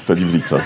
To je divný, co?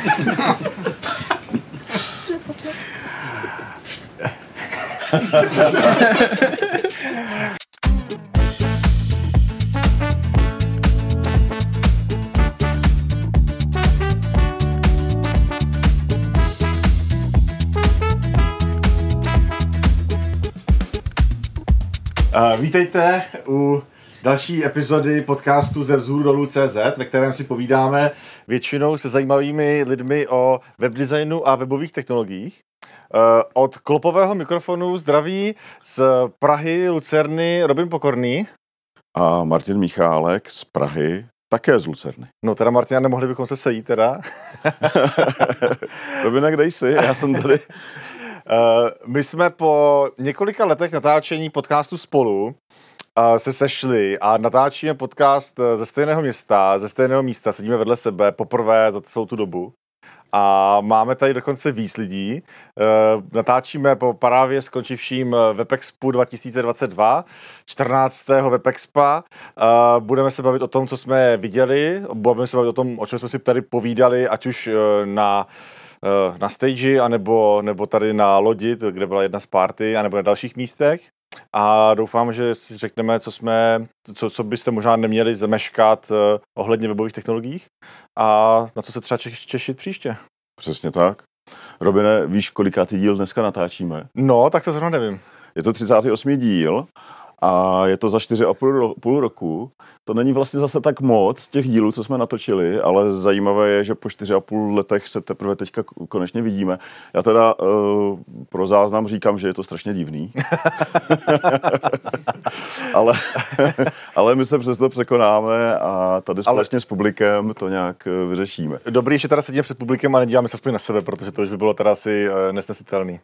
Vítejte u další epizody podcastu Ze vzhůru dolů CZ, ve kterém si povídáme většinou se zajímavými lidmi o webdesignu a webových technologiích. Od klopového mikrofonu zdraví z Prahy, Lucerny, Robin Pokorný. A Martin Michálek z Prahy, také z Lucerny. No teda Martina, nemohli bychom se sejít teda. Robinek, dej si, já jsem tady. My jsme po několika letech natáčení podcastu spolu se sešli a natáčíme podcast ze stejného města, ze stejného místa, sedíme vedle sebe poprvé za celou tu dobu. A máme tady dokonce víc lidí. Natáčíme po právě skončivším WebExpu 2022, 14. WebExpa. Budeme se bavit o tom, co jsme viděli, budeme se bavit o tom, o čem jsme si tady povídali, ať už na stage, anebo tady na lodi, kde byla jedna z party, anebo na dalších místech. A doufám, že si řekneme, co byste možná neměli zameškat ohledně webových technologiích a na co se třeba těšit příště. Přesně tak. Robine, víš, kolikátý díl dneska natáčíme? No, tak to zrovna nevím. Je to 38. díl a je to za 4,5 roku. To není vlastně zase tak moc těch dílů, co jsme natočili, ale zajímavé je, že po 4,5 letech se teprve teďka konečně vidíme. Já teda pro záznam říkám, že je to strašně divný. ale my se přesto překonáme a tady společně s publikem to nějak vyřešíme. Dobrý, že teda sedíme před publikem a nedíváme se aspoň na sebe, protože to už by bylo teda asi nesnesitelný.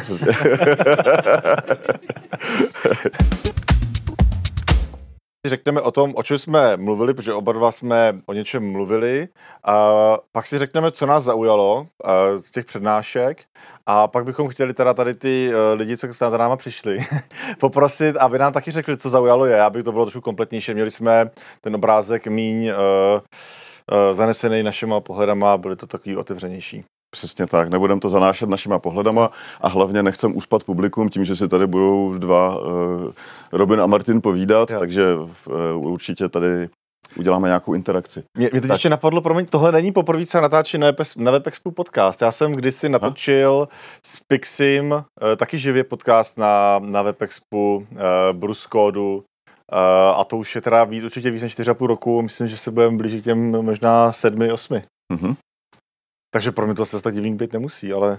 Řekneme o tom, o čem jsme mluvili, protože oba dva jsme o něčem mluvili. A pak si řekneme, co nás zaujalo z těch přednášek. A pak bychom chtěli teda tady ty lidi, co za náma přišli, poprosit, aby nám taky řekli, co zaujalo je, aby to bylo trošku kompletnější. Měli jsme ten obrázek míň zanesený našima pohledama, byly to takový otevřenější. Přesně tak, nebudeme to zanášet našima pohledama a hlavně nechcem uspat publikum tím, že si tady budou dva Robin a Martin povídat, takže určitě tady uděláme nějakou interakci. Mě teď ještě napadlo, promiň, tohle není poprvé, co natáčí na WebExpu podcast. Já jsem kdysi natočil s Pixim taky živě podcast na WebExpu, Bruce Code, a to už je teda určitě víc než 4,5 roku, myslím, že se budeme blížit k těm možná 7-8. Mhm. Takže pro mě to se tak divný být nemusí, ale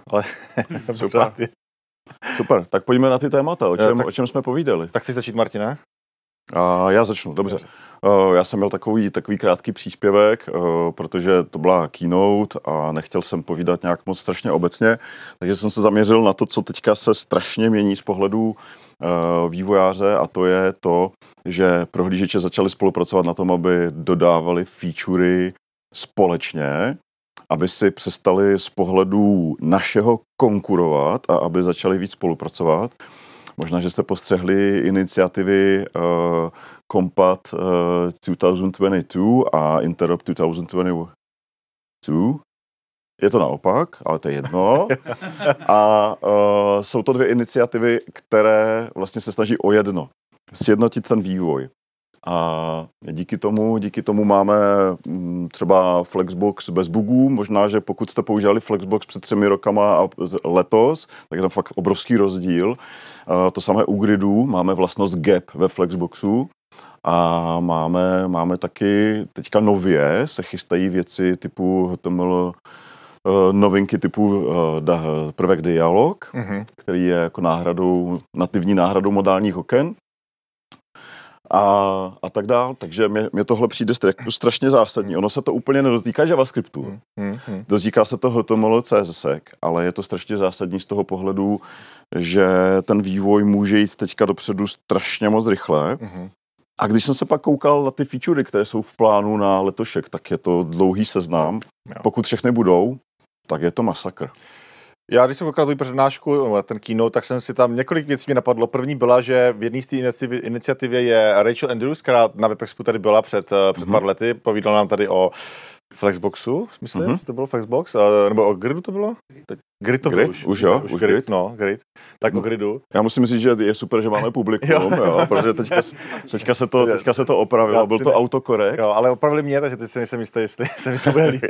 Super, tak pojďme na ty témata, o čem jsme povídali. Tak chceš začít, Martine? Já začnu, dobře. Já jsem měl takový krátký příspěvek, protože to byla keynote a nechtěl jsem povídat nějak moc strašně obecně, takže jsem se zaměřil na to, co teďka se strašně mění z pohledu vývojáře, a to je to, že prohlížeče začali spolupracovat na tom, aby dodávali featurey společně, aby si přestali z pohledu našeho konkurovat a aby začali víc spolupracovat. Možná, že jste postřehli iniciativy Compat 2022 a Interop 2022. Je to naopak, ale to je jedno. A jsou to dvě iniciativy, které vlastně se snaží o jedno. Sjednotit ten vývoj. A díky tomu máme třeba Flexbox bez bugů. Možná, že pokud jste používali Flexbox před 3 rokama a letos, tak je tam fakt obrovský rozdíl. To samé u Gridu, máme vlastnost gap ve Flexboxu. A máme taky teďka nově se chystají věci typu HTML, novinky typu prvek dialog, který je jako nativní náhradou modálních oken. A tak dál, takže mě tohle přijde strašně zásadní. Ono se to úplně nedotýká JavaScriptu. Dotýká se to HTML, CSS, ale je to strašně zásadní z toho pohledu, že ten vývoj může jít teďka dopředu strašně moc rychle. A když jsem se pak koukal na ty featurey, které jsou v plánu na letošek, tak je to dlouhý seznam. Pokud všechny budou, tak je to masakr. Já, když jsem koukal tu přednášku, ten keynote, tak jsem si tam několik věcí mi napadlo. První byla, že v jedné z té iniciativě je Rachel Andrews, která na WebExpu tady byla před pár lety. Povídala nám tady o Flexboxu, myslím, to bylo Flexbox, nebo o Gridu to bylo? Grid to bylo už jo, už Grid. No, Grid. Tak o Gridu. Já musím říct, že je super, že máme publikum, jo, protože teďka se to opravilo, byl to autokorekt. Jo, ale opravili mě, takže teď si nejsem jistý, jestli se mi to bude líbit.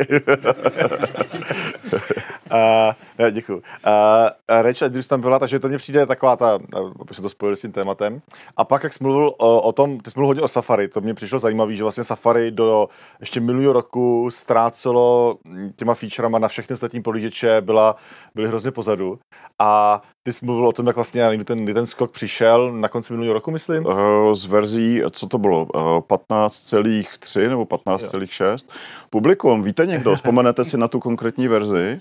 Děkuju. Reč, když tam byla, takže to mně přijde taková ta, aby se to spojili s tím tématem. A pak, jak jsi mluvil o tom, ty jsi mluvil hodně o Safari, to mě přišlo zajímavé, že vlastně Safari do ještě minulého roku ztrácelo těma featurama na všechny ostatní prohlížeče, byly hrozně pozadu. A ty jsi mluvil o tom, jak vlastně ten skok přišel na konci minulého roku, myslím? Z verzí, co to bylo, 15,3 nebo 15,6. Publikum, víte někdo, vzpomenete si na tu konkrétní verzi?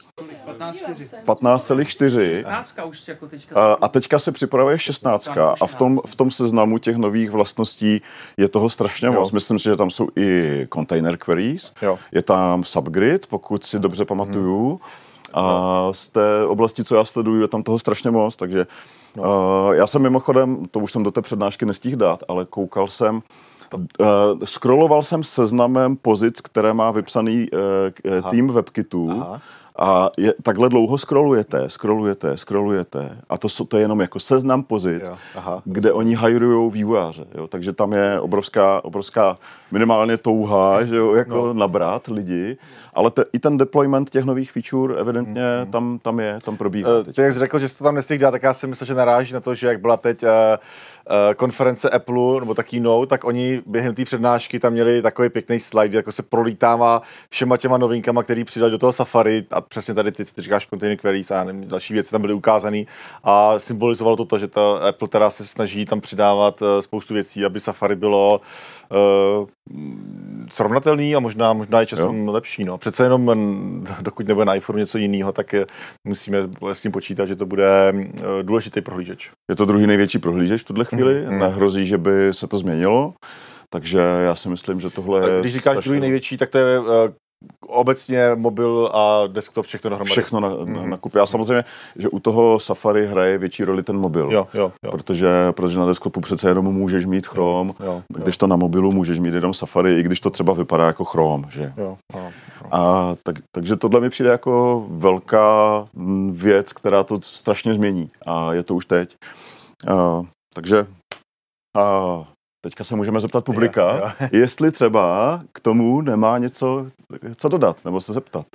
15,4. 16 už jako teďka. A teďka se připravuje 16. A v tom seznamu těch nových vlastností je toho strašně moc. Myslím si, že tam jsou i container queries, je tam subgrid, pokud si dobře pamatuju. A z té oblasti, co já sleduju, je tam toho strašně moc, takže já jsem mimochodem, to už jsem do té přednášky nestihl dát, ale koukal jsem, scrolloval jsem seznamem pozic, které má vypsaný tým WebKitů. A takhle dlouho scrollujete a to je jenom jako seznam pozic, kde oni hirujou vývojáře, jo? Takže tam je obrovská minimálně touha, že jo, jako nabrat lidi, ale i ten deployment těch nových feature evidentně tam probíhá. Jak jsi řekl, že jsi to tam nestihl dát, tak já si myslím, že naráží na to, že jak byla teď konference Apple, nebo taký tak oni během té přednášky tam měli takový pěkný slide, jako se prolítává všema těma novinkama, který přidali do toho Safari a přesně tady ty říkáš container queries a nevím, další věci tam byly ukázaný a symbolizovalo to, že ta Apple teda se snaží tam přidávat spoustu věcí, aby Safari bylo srovnatelný a možná i časem lepší. No. Přece jenom, dokud nebude na iPhone něco jiného, tak musíme s tím počítat, že to bude důležitý prohlížeč. Je to druhý největší prohlížeč v tuhle chvíli, nehrozí, že by se to změnilo, takže já si myslím, že tohle je... Když říkáš druhý největší, tak to je obecně mobil a desktop všechno dohromady. Všechno na kupě. A samozřejmě, že u toho Safari hraje větší roli ten mobil. Jo. Protože na desktopu přece jenom můžeš mít Chrome, když to na mobilu můžeš mít jenom Safari, i když to třeba vypadá jako Chrome, že? A takže tohle mi přijde jako velká věc, která to strašně změní. A je to už teď. Takže teďka se můžeme zeptat publika, jestli třeba k tomu nemá něco co dodat, nebo se zeptat.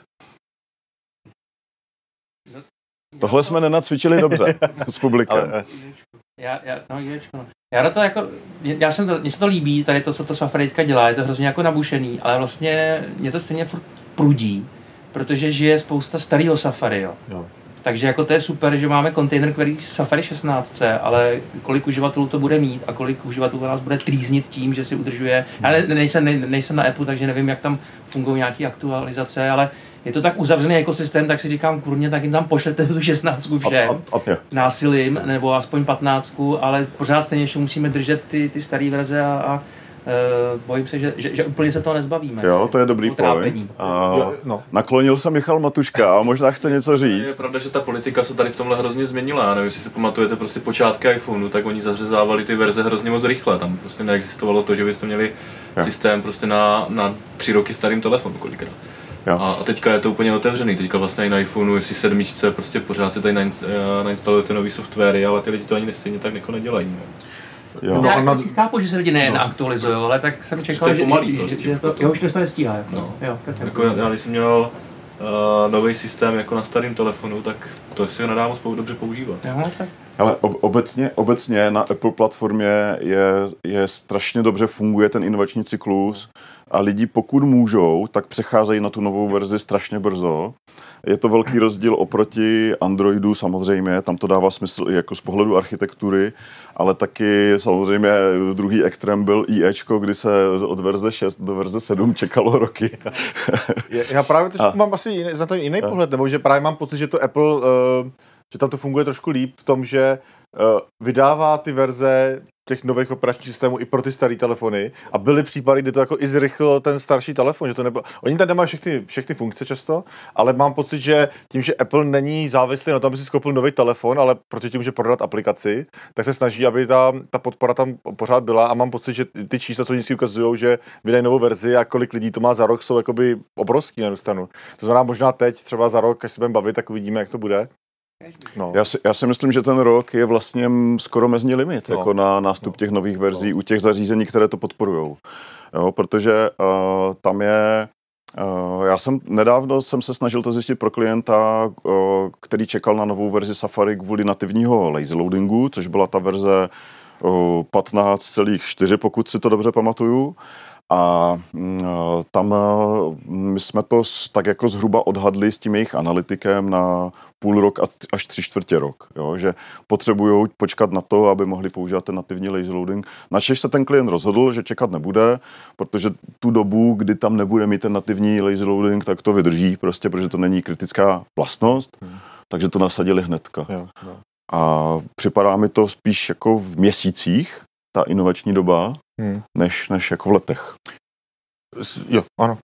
Tohle jsme nenacvičili dobře s publikem. Já do toho jako, mně se to líbí, tady to, co to Safari teďka dělá, je to hrozně jako nabušený, ale vlastně mě to stejně furt prudí, protože žije spousta starého Safari, jo. Takže jako to je super, že máme container queries Safari 16, ale kolik uživatelů to bude mít a kolik uživatelů nás bude trýznit tím, že si udržuje. Já nejsem na Apple, takže nevím, jak tam fungují nějaké aktualizace, ale je to tak uzavřený ekosystém, tak si říkám, kurně, tak jim tam pošlete tu 16 všem násilím, nebo aspoň 15, ale pořád stejně ještě musíme držet ty staré verze a bojím se, že úplně se toho nezbavíme. Jo, to je dobrý point. Naklonil se Michal Matuška a možná chce něco říct. Je pravda, že ta politika se tady v tomhle hrozně změnila. Já nevím, jestli si pamatujete prostě počátky iPhoneu, tak oni zařezávali ty verze hrozně moc rychle. Tam prostě neexistovalo to, že byste měli systém prostě na 3 roky starým telefonu kolikrát. A teďka je to úplně otevřený. Teďka vlastně i na iPhoneu, jestli 7 měsíce prostě pořád si tady nainstalujete nový softwary, ale ty lidi to ani stejně tak jako nedělají. Jo. Já chápu, že se lidi neaktualizují, ale tak jsem čekal, že to už to nestíhá. Já když jsem měl nový systém jako na starém telefonu, tak to si ho nedá moc dobře používat. Ale obecně na Apple platformě je strašně dobře funguje ten inovační cyklus a lidi pokud můžou, tak přecházejí na tu novou verzi strašně brzo. Je to velký rozdíl oproti Androidu samozřejmě, tam to dává smysl i jako z pohledu architektury, ale taky samozřejmě druhý extrém byl IEčko, kdy se od verze 6 do verze 7 čekalo roky. Já právě teď mám asi jiný pohled, nebo že právě mám pocit, že to Apple že tam to funguje trošku líp v tom, že vydává ty verze těch nových operačních systémů i pro ty staré telefony a byly případy, kdy to jako i zrychlilo ten starší telefon, že to nebylo. Oni tam nemají všechny funkce často, ale mám pocit, že tím, že Apple není závislý na tom, aby si skoupil nový telefon, ale proti tím, že prodat aplikaci, tak se snaží, aby ta podpora tam pořád byla a mám pocit, že ty čísla, co vždycky ukazují, že vydají novou verzi a kolik lidí to má za rok, jsou jakoby obrovský na jednu stranu. To znamená možná teď, třeba za rok, až se budeme bavit, tak uvidíme, jak to bude. No. Já si myslím, že ten rok je vlastně skoro mezní limit jako na nástup těch nových verzí u těch zařízení, které to podporujou. Jo, protože tam je... Nedávno jsem se snažil to zjistit pro klienta, který čekal na novou verzi Safari kvůli nativního lazy loadingu, což byla ta verze 15,4, pokud si to dobře pamatuju. A tam my jsme to tak jako zhruba odhadli s tím jejich analytikem na půl rok až 3/4 rok, jo? Že potřebují počkat na to, aby mohli používat ten nativní lazy loading. Načež se ten klient rozhodl, že čekat nebude, protože tu dobu, kdy tam nebude mít ten nativní lazy loading, tak to vydrží prostě, protože to není kritická vlastnost, takže to nasadili hnedka. Jo. A připadá mi to spíš jako v měsících, ta inovační doba, než jako v letech. Jo, ano.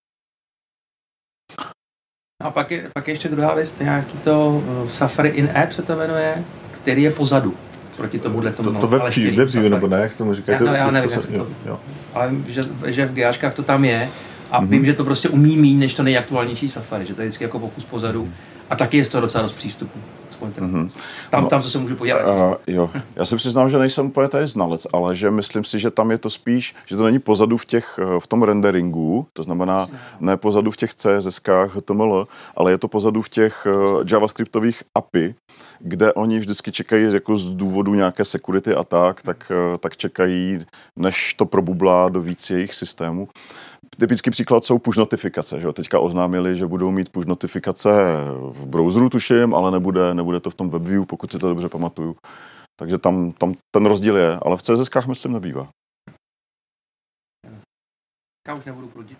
A pak je ještě druhá věc, to nějaký to Safari in-app se to jmenuje, který je pozadu proti tomuhle tomu. To webview nebo ne, jak tomu říkají? Já nevím, jak se to... Ale že v GAčkách to tam je a vím, že to prostě umí míň, než to nejaktuálnější Safari, že to je vždycky jako fokus pozadu a taky je z toho docela dost přístupu. Tam, co se můžu podívat. Jo. Já se přiznám, že nejsem úplně tady znalec, ale že myslím si, že tam je to spíš, že to není pozadu v tom renderingu, to znamená ne pozadu v těch CSS-kách, HTML, ale je to pozadu v těch javascriptových API, kde oni vždycky čekají jako z důvodu nějaké security a tak čekají, než to probublá do víc jejich systémů. Typický příklad jsou push notifikace. Že? Teďka oznámili, že budou mít push notifikace v browseru, tuším, ale nebude to v tom WebView, pokud si to dobře pamatuju. Takže tam ten rozdíl je, ale v CSS-kách myslím nebývá. Já už nebudu prudit.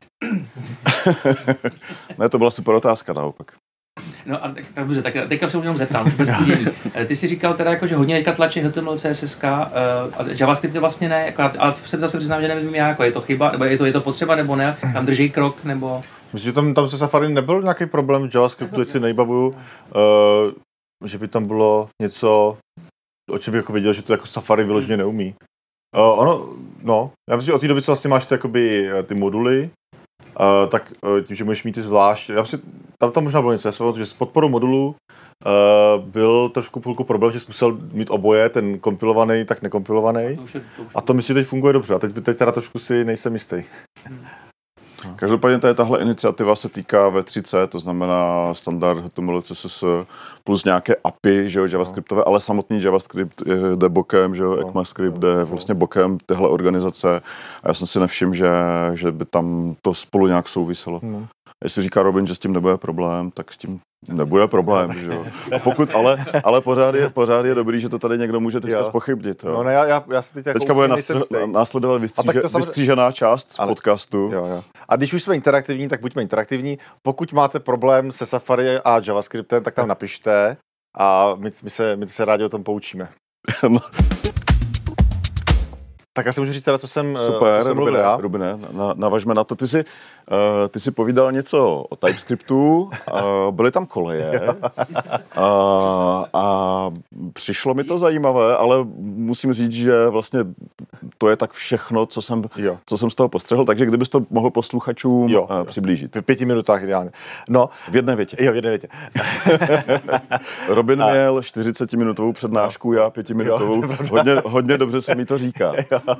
Ne, to byla super otázka naopak. No a tak dobře, tak teďka se jenom zeptám, už bez půdění. Ty jsi říkal teda jako, že hodně teďka tlačí HTML, CSS, a JavaScript vlastně ne, jako, ale se zase přiznám, že nevím jako, je to chyba, nebo je to potřeba, nebo ne, tam drží krok, nebo... Myslím, že tam se Safari nebyl nějaký problém v JavaScriptu, teď si nejbavuju, že by tam bylo něco, o čem bych jako viděl, že to jako Safari vyloženě neumí. Já myslím, že od té doby, co vlastně máš ty moduly, tak tím, že můžeš mít ty zvlášť, tam možná bylo něco, že s podporou modulů byl trošku půlku problém, že jsi musel mít oboje, ten kompilovaný, tak nekompilovaný. A to myslím, že teď funguje dobře. A teď teda trošku si nejsem jistý. Každopádně tahle iniciativa se týká V3C, to znamená standard HTML, CSS plus nějaké API, že jo, javascriptové, ale samotný JavaScript jde bokem, že jo, ECMAScript jde vlastně bokem téhle organizace a já jsem si nevšiml, že by tam to spolu nějak souviselo. Jestli říká Robin, že s tím nebude problém, tak s tím nebude problém, že jo. Ale pořád je dobrý, že to tady někdo může teďka zpochybnit. Jo. No ne, já se teďka bude následovat vystřížená část z podcastu. Jo. A když už jsme interaktivní, tak buďme interaktivní. Pokud máte problém se Safari a JavaScriptem, tak tam napište a my se rádi o tom poučíme. Tak já si můžu říct teda, co jsem mluvil já. Rubine, navažme na to. Ty jsi povídal něco o TypeScriptu, byly tam koleje a přišlo mi to zajímavé, ale musím říct, že vlastně to je tak všechno, co jsem z toho postřehl, takže kdybys to mohl posluchačům přiblížit. V 5 minutách ideálně. No, v jedné větě. Jo, v jedné větě. Robin měl 40-minutovou přednášku, já 5minutovou. Hodně dobře se mi to říká.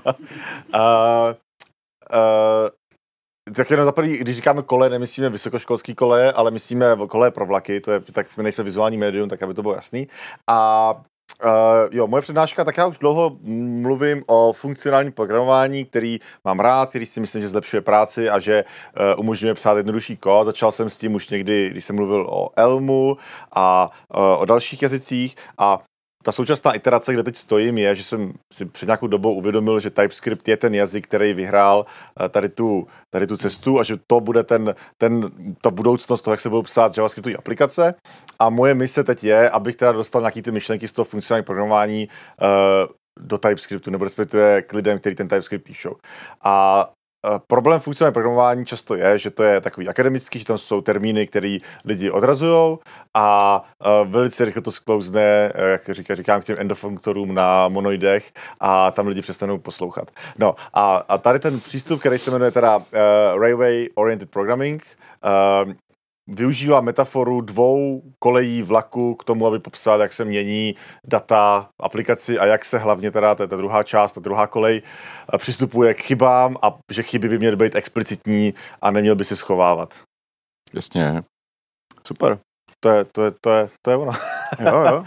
Tak jenom zaprvé, když říkáme koleje, nemyslíme vysokoškolský koleje, ale myslíme koleje pro vlaky, tak jsme nejsme vizuální médium, tak aby to bylo jasný. A moje přednáška, tak já už dlouho mluvím o funkcionálním programování, který mám rád, který si myslím, že zlepšuje práci a že umožňuje psát jednodušší kód. Začal jsem s tím už někdy, když jsem mluvil o Elmu a o dalších jazycích a ta současná iterace, kde teď stojím, je, že jsem si před nějakou dobou uvědomil, že TypeScript je ten jazyk, který vyhrál tady tu cestu a že to bude ta budoucnost toho, jak se budou psát JavaScriptové aplikace. A moje mise teď je, abych teda dostal nějaký ty myšlenky z toho funkcionálního programování do TypeScriptu, nebo respektive k lidem, kteří ten TypeScript píšou. A problém funkcionálního programování často je, že to je takový akademický, že tam jsou termíny, které lidi odrazujou a velice rychle to sklouzne, jak říkám, k těm endofunktorům na monoidech a tam lidi přestanou poslouchat. No a tady ten přístup, který se jmenuje teda Railway Oriented Programming, využívá metaforu 2 kolejí vlaku k tomu, aby popsal, jak se mění data aplikaci a jak se hlavně teda ta druhá část, ta druhá kolej přistupuje k chybám a že chyby by měly být explicitní a neměl by se schovávat. Jasně. Super. To je ono. Jo.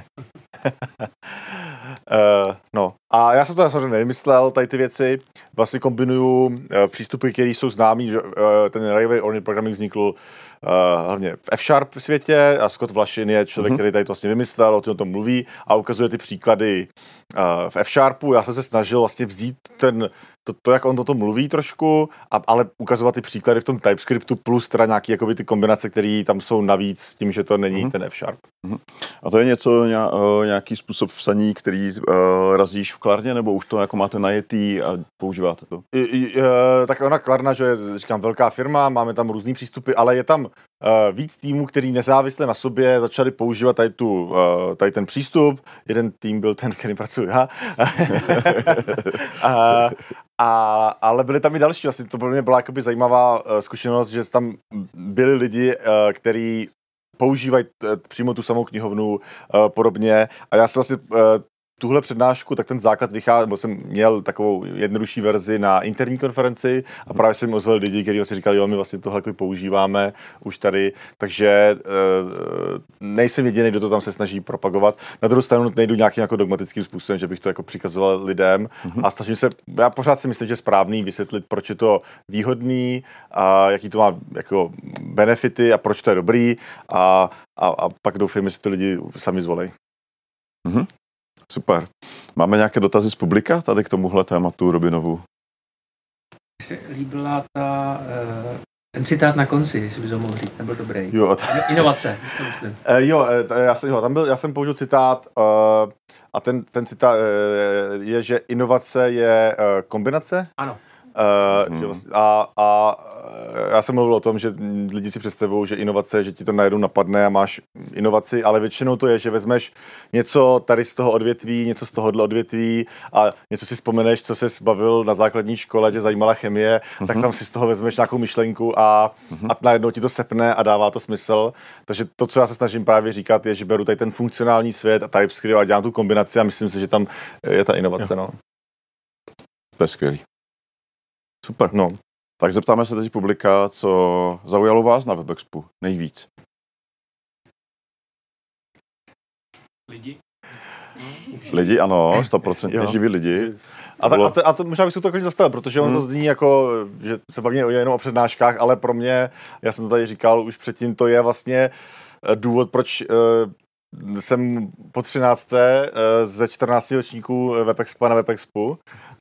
No a já jsem to samozřejmě nevymyslel, tady ty věci. Vlastně kombinuju přístupy, které jsou známý. Ten Railway Oriented Programming vznikl hlavně v F-Sharp světě a Scott Vlašin je člověk, který tady to vlastně vymyslel, o tom mluví a ukazuje ty příklady v F-Sharpu. Já jsem se snažil vlastně vzít to jak on o tom mluví trošku, ale ukazovat ty příklady v tom TypeScriptu plus teda nějaký jakoby ty kombinace, které tam jsou navíc tím, že to není ten F-Sharp. A to je něco, nějaký způsob psaní, který razíš v Klarně, nebo už to jako máte najetý a používáte to? Tak ona Klarna, že je, říkám, velká firma, máme tam různý přístupy, ale je tam víc týmů, který nezávisle na sobě začali používat tady ten přístup. Jeden tým byl ten, který pracuje já. Ale byly tam i další. Vlastně to pro mě byla jakoby zajímavá zkušenost, že tam byli lidi, kteří používají přímo tu samou knihovnu podobně. A já jsem vlastně tuhle přednášku, tak ten základ vychází, nebo jsem měl takovou jednodušší verzi na interní konferenci a právě jsem ozval lidi, kteří vlastně říkali, jo, my vlastně tohle jako používáme už tady, takže nejsem jediný, kdo to tam se snaží propagovat. Na druhou stranu nejdu nějakým jako dogmatickým způsobem, že bych to jako přikazoval lidem a snažím se, já pořád si myslím, že je správný vysvětlit, proč je to výhodný a jaký to má jako benefity a proč to je dobrý a pak doufám, že si to lidi sami zvolej. Super. Máme nějaké dotazy z publika tady k tomuhle tématu Robinovu? Mně se líbila ten citát na konci, jestli bys ho mohl říct, ten byl dobrý. Jo, Inovace, myslím. Já jsem použil citát a ten citát je, že inovace je kombinace. Ano. A já jsem mluvil o tom, že lidi si představují, že inovace, že ti to najednou napadne a máš inovaci, ale většinou to je, že vezmeš něco tady z toho odvětví, něco z tohohle odvětví a něco si vzpomeneš, co ses bavil na základní škole, tě zajímala chemie, tak tam si z toho vezmeš nějakou myšlenku a najednou ti to sepne a dává to smysl. Takže to, co já se snažím právě říkat, je, že beru tady ten funkcionální svět a TypeScript a dělám tu kombinaci a myslím si, že tam je ta inovace. No. To je skvělý. Super. No. Tak zeptáme se teď publika, co zaujalo vás na WebExpu nejvíc. Lidi, ano, 100% živí lidi. A to možná bych se to takový zastavil, protože on to zní jako, že se baví jenom o přednáškách, ale pro mě, já jsem to tady říkal už předtím, to je vlastně důvod, proč jsem po 13. ze 14 ročníků WebExpa na WebExpu.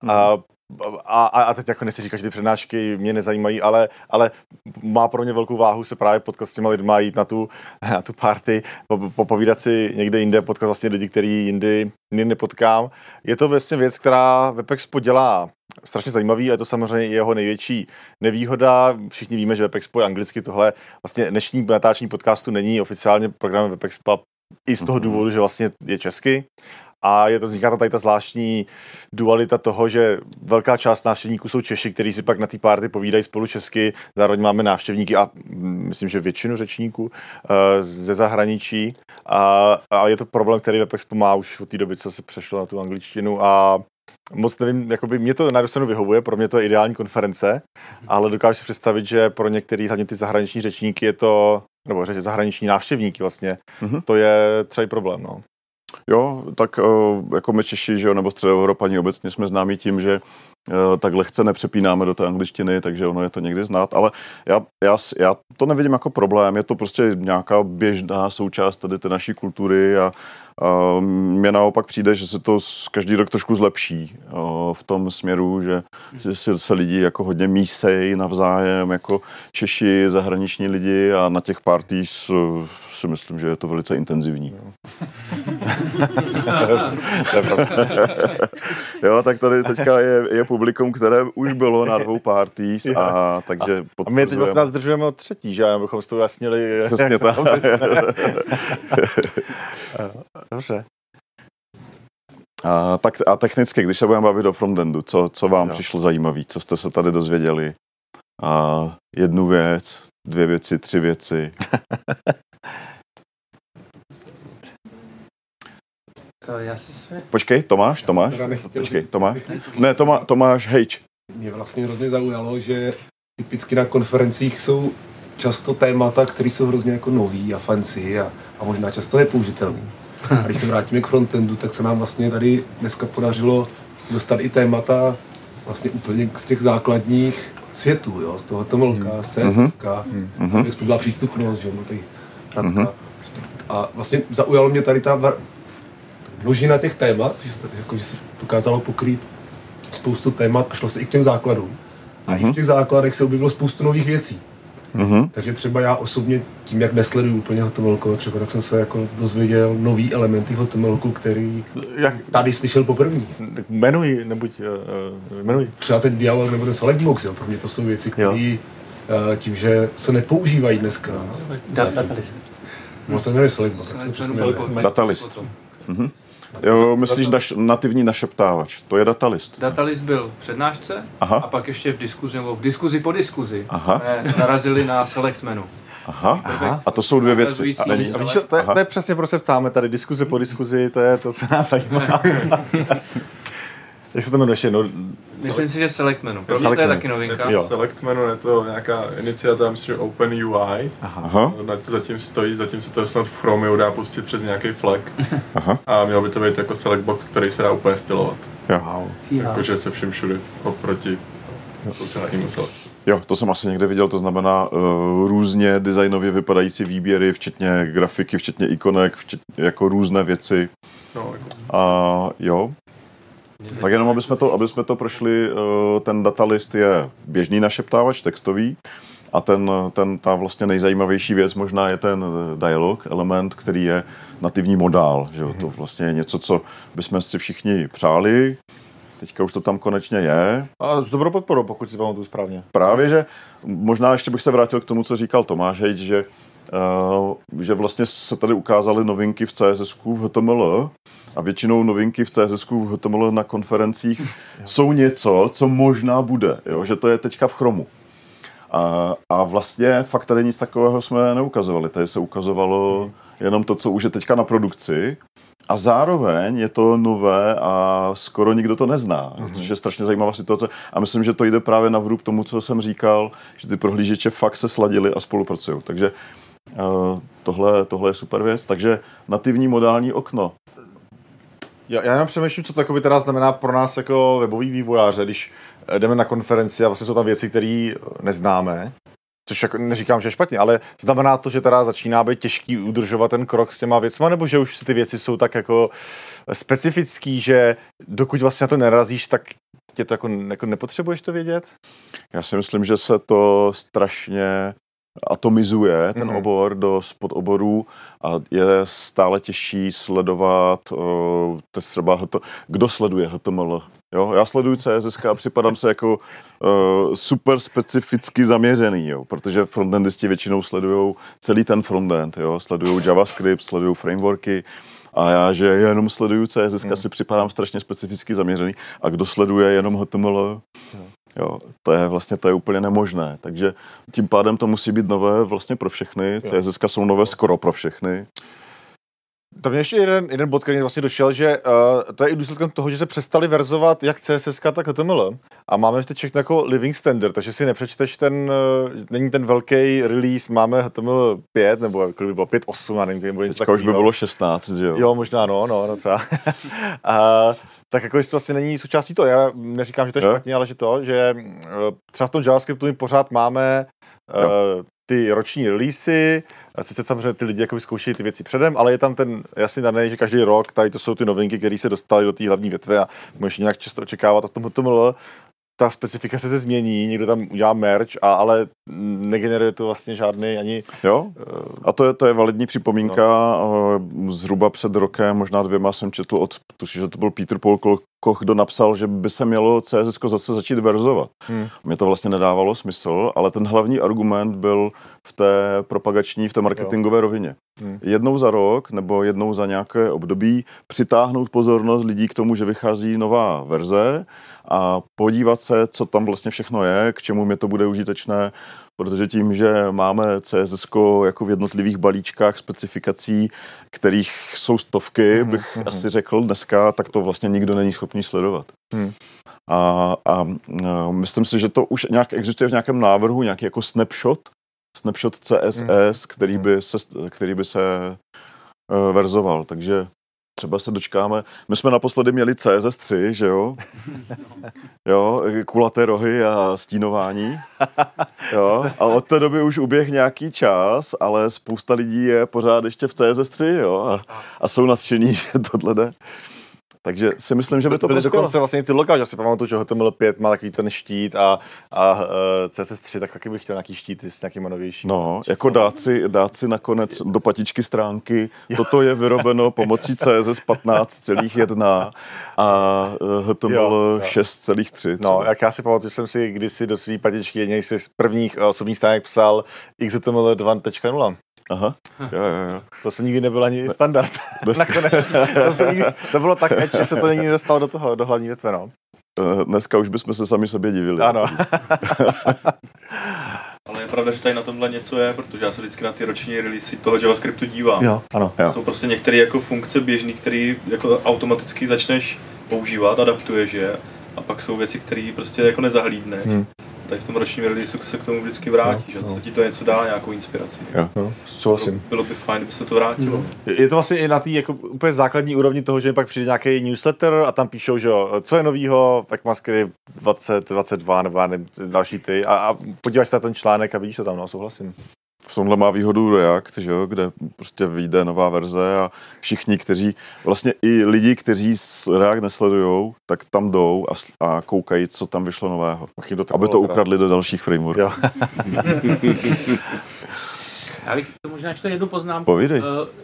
A teď jako nechci říkat, že ty přednášky mě nezajímají, ale má pro mě velkou váhu se právě potkat s těma lidma, jít na tu party, popovídat si někde jinde, potkat vlastně lidi, který jindy nepotkám. Je to vlastně věc, která WebExpo dělá strašně zajímavý a je to samozřejmě jeho největší nevýhoda. Všichni víme, že WebExpo je anglicky, tohle vlastně dnešní natáčení podcastu není oficiálně programem WebExpa i z toho důvodu, že vlastně je česky. A vzniká tady ta zvláštní dualita toho, že velká část návštěvníků jsou Češi, kteří si pak na té party povídají spolu česky, zároveň máme návštěvníky a myslím, že většinu řečníků ze zahraničí. A je to problém, který WebExpo má už od té doby, co se přešlo na tu angličtinu a moc nevím, jakoby mě to na jednu stranu vyhovuje, pro mě to je ideální konference, ale dokážu si představit, že pro některý, hlavně ty zahraniční řečníky je to, nebo zahraniční návštěvníky vlastně, to je třeba i problém, no. Jo, tak jako my Češi, že jo, nebo Středoevropani obecně jsme známí tím, že tak lehce nepřepínáme do té angličtiny, takže ono je to někdy znát, ale já to nevidím jako problém, je to prostě nějaká běžná součást tady té naší kultury a Mně naopak přijde, že se to každý rok trošku zlepší v tom směru, že se lidi jako hodně mísejí navzájem, jako Češi, zahraniční lidi a na těch parties si myslím, že je to velice intenzivní. Jo, tak tady teďka je publikum, které už bylo na 2 parties a takže a my teď vlastně nás zdržujeme od 3, že? Abychom s tou jasnili. Přesně tak. Dobře. A technicky, když se budeme bavit o frontendu, co vám přišlo zajímavé, co jste se tady dozvěděli? 1 věc, 2 věci, 3 věci. Počkej, Tomáš? Počkej, Tomáš? Ne, Tomáš Hejč. Mě vlastně hrozně zaujalo, že typicky na konferencích jsou často témata, které jsou hrozně jako nový a fancy a možná často nepoužitelný. A když se vrátíme k frontendu, tak se nám vlastně tady dneska podařilo dostat i témata vlastně úplně z těch základních světů, jo? Z toho TMLka, z CSSK, jak byla přístupnost, že tady Radka. A vlastně zaujalo mě tady ta množina těch témat, že se dokázalo pokrýt spoustu témat a šlo se i k těm základům. A i v těch základech se objevilo spoustu nových věcí. Takže třeba já osobně tím, jak nesleduju úplně HTML, třeba tak jsem se jako dozvěděl nový elementy HTML, který tady slyšel poprvé. Jmenuj. Třeba ten dialog nebo ten selectbox, pro mě to jsou věci, které tím, že se nepoužívají dneska. Datalist. Možná jmenuje selectbox, tak se přesně jmenuje. Datalist. Jo, myslíš nativní našeptávač, to je datalist. Datalist byl v přednášce a pak ještě v diskuzi, nebo v diskuzi po diskuzi jsme narazili na selectmenu. A to jsou 2 věci. A víš, to je přesně, proč se ptáme tady, diskuze po diskuzi, to je to, co nás zajímá. Jak se to jmenuje ještě jednou? Myslím si, že selectmenu. Pro mě to je taky novinka. Selectmenu je to nějaká iniciativa, myslím, že OpenUI. Zatím se to snad v Chromium dá pustit přes nějaký flag. A mělo by to být jako selectbox, který se dá úplně stylovat. Jakože se vším všude oproti současnému select. Jo, to jsem asi někde viděl, to znamená různě designově vypadající výběry, včetně grafiky, včetně ikonek, včetně jako různé věci. A jo. Tak jenom, aby jsme to prošli, ten datalist je běžný našeptávač, textový, a ta vlastně nejzajímavější věc možná je ten dialog element, který je nativní modál, že jo? To vlastně je něco, co bychom si všichni přáli, teďka už to tam konečně je. A s dobrou podporou, pokud si pamatuju správně. Právě, že možná ještě bych se vrátil k tomu, co říkal Tomáš Hejč, že vlastně se tady ukázaly novinky v CSS-ku v HTML a většinou novinky v CSS-ku v HTML na konferencích jsou něco, co možná bude, jo? Že to je teďka v Chromu. A vlastně fakt tady nic takového jsme neukazovali. Tady se ukazovalo jenom to, co už je teďka na produkci a zároveň je to nové a skoro nikdo to nezná, což je strašně zajímavá situace a myslím, že to jde právě na vrub tomu, co jsem říkal, že ty prohlížeče fakt se sladily a spolupracují. Takže tohle je super věc. Takže nativní modální okno. Já jenom přemýšlím, co to jako by teda znamená pro nás jako webový vývojáře, když jdeme na konferenci a vlastně jsou tam věci, které neznáme, což jako neříkám, že je špatně, ale znamená to, že teda začíná být těžký udržovat ten krok s těma věcma, nebo že už ty věci jsou tak jako specifický, že dokud vlastně na to nerazíš, tak tě to jako nepotřebuješ to vědět? Já si myslím, že se to strašně atomizuje ten obor do spodoborů a je stále těžší sledovat třeba kdo sleduje HTML. Jo? Já sleduju CSS a připadám se jako super specificky zaměřený, jo? Protože frontendisti většinou sledují celý ten frontend, jo? Sledují JavaScript, sledují frameworky a já, že jenom sleduju CSS, si připadám strašně specificky zaměřený a kdo sleduje jenom HTML, jo, to je úplně nemožné, takže tím pádem to musí být nové vlastně pro všechny, CSS jsou nové skoro pro všechny. Tam je ještě jeden bod, který vlastně došel, že to je i důsledkem toho, že se přestali verzovat jak CSS, tak HTML. A máme teď všechno jako living standard, takže si nepřečteš není ten velký release, máme HTML 5, nebo jako by bylo 5.8, já nevím, teďka už by bylo 16, že jo? Jo, možná, no třeba. Tak jako jestli to vlastně není součástí toho, já neříkám, že to je špatně, ale že třeba v tom JavaScriptu my pořád máme ty roční releasy, sice samozřejmě ty lidi jakoby zkoušejí ty věci předem, ale je tam ten jasný daný, že každý rok tady to jsou ty novinky, které se dostaly do té hlavní větve a můžeš nějak často očekávat a v tom HTML ta specifikace se změní, někdo tam udělá merch, ale negeneruje to vlastně žádný ani... Jo, a to je validní připomínka. No. Zhruba před rokem, možná 2 jsem četl tuším, že to byl Peter Paul Koch, kdo napsal, že by se mělo CSS zase začít verzovat. Mně to vlastně nedávalo smysl, ale ten hlavní argument byl v té propagační, v té marketingové rovině. Jednou za rok nebo jednou za nějaké období přitáhnout pozornost lidí k tomu, že vychází nová verze a podívat se, co tam vlastně všechno je, k čemu mi to bude užitečné, protože tím, že máme CSS jako v jednotlivých balíčkách specifikací, kterých jsou stovky, bych asi řekl dneska, tak to vlastně nikdo není schopný sledovat. A myslím si, že to už nějak existuje v nějakém návrhu, nějaký jako snapshot CSS, který by se verzoval, takže třeba se dočkáme. My jsme naposledy měli CSS3, že jo? Jo, kulaté rohy a stínování. Jo, a od té doby už uběh nějaký čas, ale spousta lidí je pořád ještě v CSS3, jo? A jsou nadšení, že tohle jde. Takže si myslím, že by to byly dokonce vlastně ty loka, že si pamatuju, že HTML5 má takový ten štít a CSS3, tak taky bych chtěl nějaký štíty s nějakýma novějšími. No, jako dát si nakonec do patičky stránky, toto je vyrobeno pomocí CSS 15,1 a HTML 6,3. No, jak já si pamatuju, že jsem si kdysi do svý patičky jednej z prvních osobních stránek psal XHTML 2.0. Aha, jo. To se nikdy nebyl ani standard. Nakonec. To bylo tak, že se to nikdy nedostalo do hlavní větve, no. Dneska už bychom se sami sobě divili. Ano. Ale je pravda, že tady na tomhle něco je, protože já se vždycky na ty roční releasy toho JavaScriptu dívám. Jo, ano. Jsou prostě některé jako funkce běžné, které jako automaticky začneš používat, adaptuješ je, a pak jsou věci, které prostě jako nezahlídneš. Tady v tom ročním release se k tomu vždycky vrátíš, že se ti to něco dá, nějakou inspiraci. Souhlasím. Bylo by fajn, kdyby se to vrátilo. Je to vlastně i na té jako úplně základní úrovni toho, že mi pak přijde nějaký newsletter a tam píšou, že jo, co je novýho, ECMAScript 2022 nebo další ty a podíváš se na ten článek a vidíš to tam, no, souhlasím. V tomhle má výhodu React, že jo, kde prostě vyjde nová verze a všichni, kteří, vlastně i lidi, kteří React nesledujou, tak tam jdou a koukají, co tam vyšlo nového. Aby to ukradli do dalších frameworků. Já bych to možná ještě jednu poznámku. Povídej.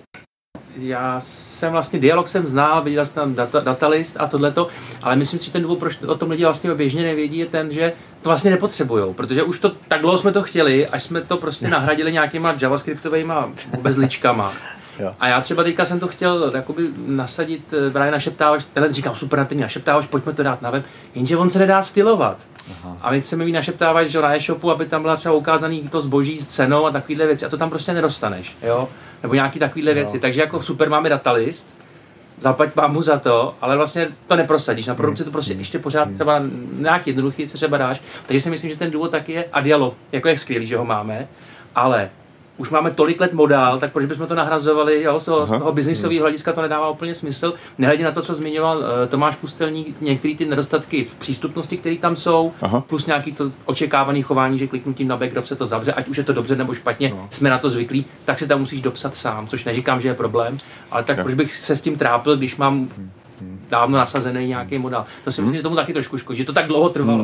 Já jsem vlastně dialog jsem znal, viděl jsem tam datalist a tohleto, ale myslím si, že ten důvod, proč o tom lidi vlastně běžně nevědí, je ten, že to vlastně nepotřebujou, protože už to tak dlouho jsme to chtěli, až jsme to prostě nahradili nějakýma javascriptovejma bezličkama. A já třeba teďka jsem to chtěl jakoby nasadit právě našeptávač, tenhle říkám super nativní našeptávač, pojďme to dát na web, jenže on se nedá stylovat. A my chceme mít našeptávač, že na e-shopu, aby tam byla třeba ukázaný to zboží s cenou a takovýhle věci a to tam prostě nedostaneš, jo? Nebo nějaký takovýhle věci, takže jako super máme datalist, zaplať pámu za to, ale vlastně to neprosadíš. Na produkci to prostě ještě pořád třeba nějaký jednoduchý věci třeba dáš. Takže si myslím, že ten důvod taky je a dialog, jako je skvělý, že ho máme, ale už máme tolik let modál, tak proč bychom to nahrazovali, jo, z toho biznisového hlediska to nedává úplně smysl. Nehledě na to, co zmiňoval Tomáš Pustelník, některé ty nedostatky v přístupnosti, které tam jsou, plus nějaký to očekávané chování, že kliknutím na backdrop se to zavře, ať už je to dobře nebo špatně, jsme na to zvyklí, tak si tam musíš dopsat sám, což neříkám, že je problém, ale tak proč bych se s tím trápil, když mám dávno nasazený nějaký modál. To si myslím, že tomu taky trošku škodí, že to tak dlouho trvalo.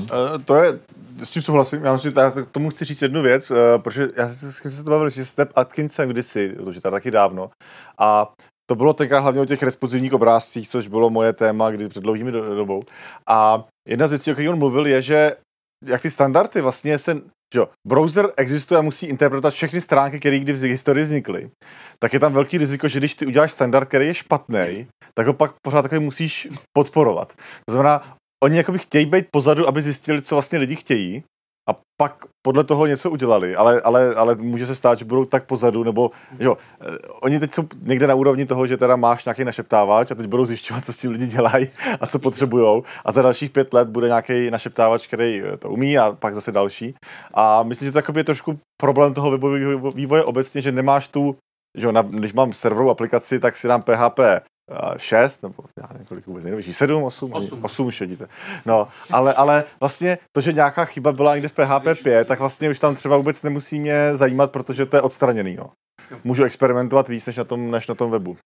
To je, s tím souhlasím, já k tomu chci říct jednu věc, protože já jsem se to bavil, že s Step Atkinsem kdysi, protože to je taky dávno, a to bylo tenkrát hlavně o těch responsivních obrázcích, což bylo moje téma, kdy před dlouhými dobou. A jedna z věcí, o kterých on mluvil, je, že jak ty standardy vlastně browser existuje a musí interpretovat všechny stránky, které kdy v historii vznikly, tak je tam velký riziko, že když ty uděláš standard, který je špatný, tak ho pak pořád takový musíš podporovat. To znamená, oni jakoby chtějí být pozadu, aby zjistili, co vlastně lidi chtějí, a pak podle toho něco udělali, ale může se stát, že budou tak pozadu, nebo jo, oni teď jsou někde na úrovni toho, že teda máš nějaký našeptávač a teď budou zjišťovat, co s tím lidi dělají a co potřebujou, a za dalších 5 let bude nějaký našeptávač, který to umí, a pak zase další. A myslím, že to je trošku problém toho webového vývoje obecně, že nemáš tu, že když mám serverovou aplikaci, tak si dám PHP 6, nebo já nevím, kolik vůbec nejnovější, 7, 8 už vidíte. No, ale vlastně to, že nějaká chyba byla někde v PHP 5, tak vlastně už tam třeba vůbec nemusí mě zajímat, protože to je odstraněný. No. Můžu experimentovat víc než na tom webu.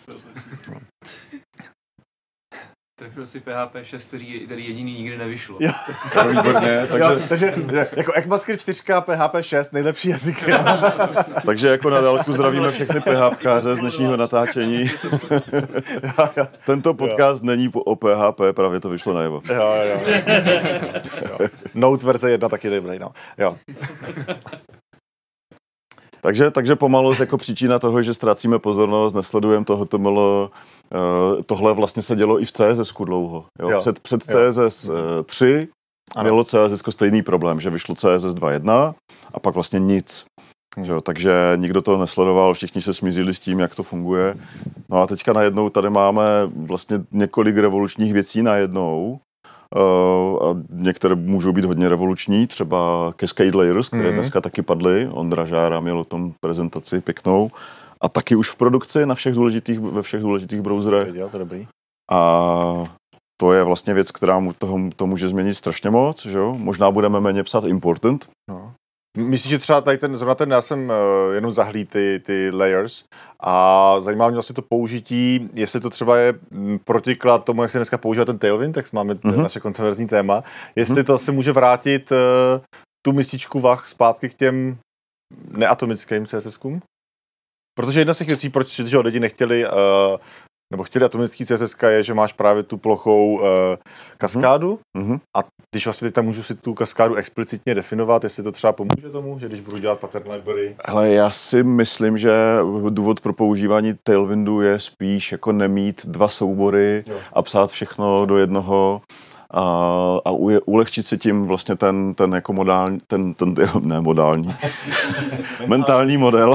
Trefil si PHP 6, který jediný nikdy nevyšlo. Jo. Výborně, takže jako ECMAScript 4, PHP 6, nejlepší jazyk. Takže jako na dálku zdravíme všechny PHPkáře z dnešního natáčení. Tento podcast není o PHP, právě to vyšlo najevo. Jo. Note verze 1 taky dobrý, no. Jo. Takže pomalu jako příčina toho, že ztrácíme pozornost, nesledujeme toho HTML, tohle vlastně se dělo i v CSS dlouho. Jo? Před CSS 3 mělo CSS stejný problém, že vyšlo CSS 2.1 a pak vlastně nic. Že? Takže nikdo to nesledoval, všichni se smířili s tím, jak to funguje. No a teďka najednou tady máme vlastně několik revolučních věcí najednou. A některé můžou být hodně revoluční, třeba Cascade Layers, které dneska taky padly. Ondra Žára měl o tom prezentaci pěknou. A taky už v produkci ve všech důležitých browserech. To dobrý. A to je vlastně věc, která to může změnit strašně moc, že jo? Možná budeme méně psát important. No. Myslím, že třeba tady já jsem jenom zahlíd ty layers a zajímá mě vlastně to použití, jestli to třeba je protiklad tomu, jak se dneska používá ten Tailwind, tak máme naše kontroverzní téma, jestli to se může vrátit tu mističku vah zpátky k těm neatomickým CSS-kům. Protože jedna z těch věcí, proč lidi nechtěli nebo chtěli atomický CSS, je, že máš právě tu plochou kaskádu a když vlastně teď tam můžu si tu kaskádu explicitně definovat, jestli to třeba pomůže tomu, že když budu dělat pattern library. Hele, já si myslím, že důvod pro používání Tailwindu je spíš jako nemít dva soubory a psát všechno do jednoho a ulehčit si tím vlastně ten jako modální, modální, mentální model.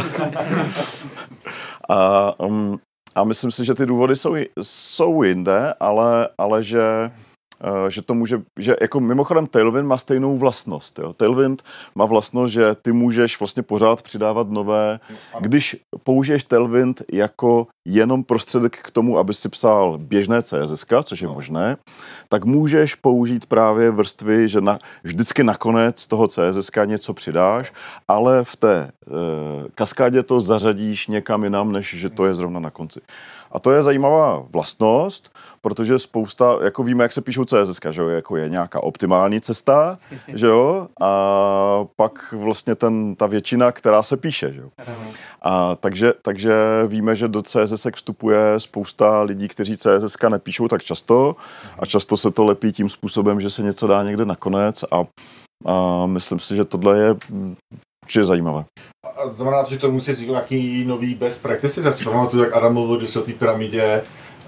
A myslím si, že ty důvody jsou jinde, ale že to může, že jako mimochodem Tailwind má stejnou vlastnost. Jo? Tailwind má vlastnost, že ty můžeš vlastně pořád přidávat nové. Když použiješ Tailwind jako jenom prostředek k tomu, aby si psal běžné CSS, což je možné, tak můžeš použít právě vrstvy, že vždycky nakonec toho CSS něco přidáš, ale v té kaskádě to zařadíš někam jinam, než že to je zrovna na konci. A to je zajímavá vlastnost, protože spousta, jako víme, jak se píšou CSS, že jo, jako je nějaká optimální cesta, že jo, a pak vlastně ta většina, která se píše, že jo. A takže víme, že do CSS vstupuje spousta lidí, kteří CSS nepíšou tak často a často se to lepí tím způsobem, že se něco dá někde nakonec a myslím si, že tohle je určitě zajímavé. A znamená to, že to musí být nějaký nový best practices? Já si pamatuju, jak Adam mluvil, když se o té pyramidě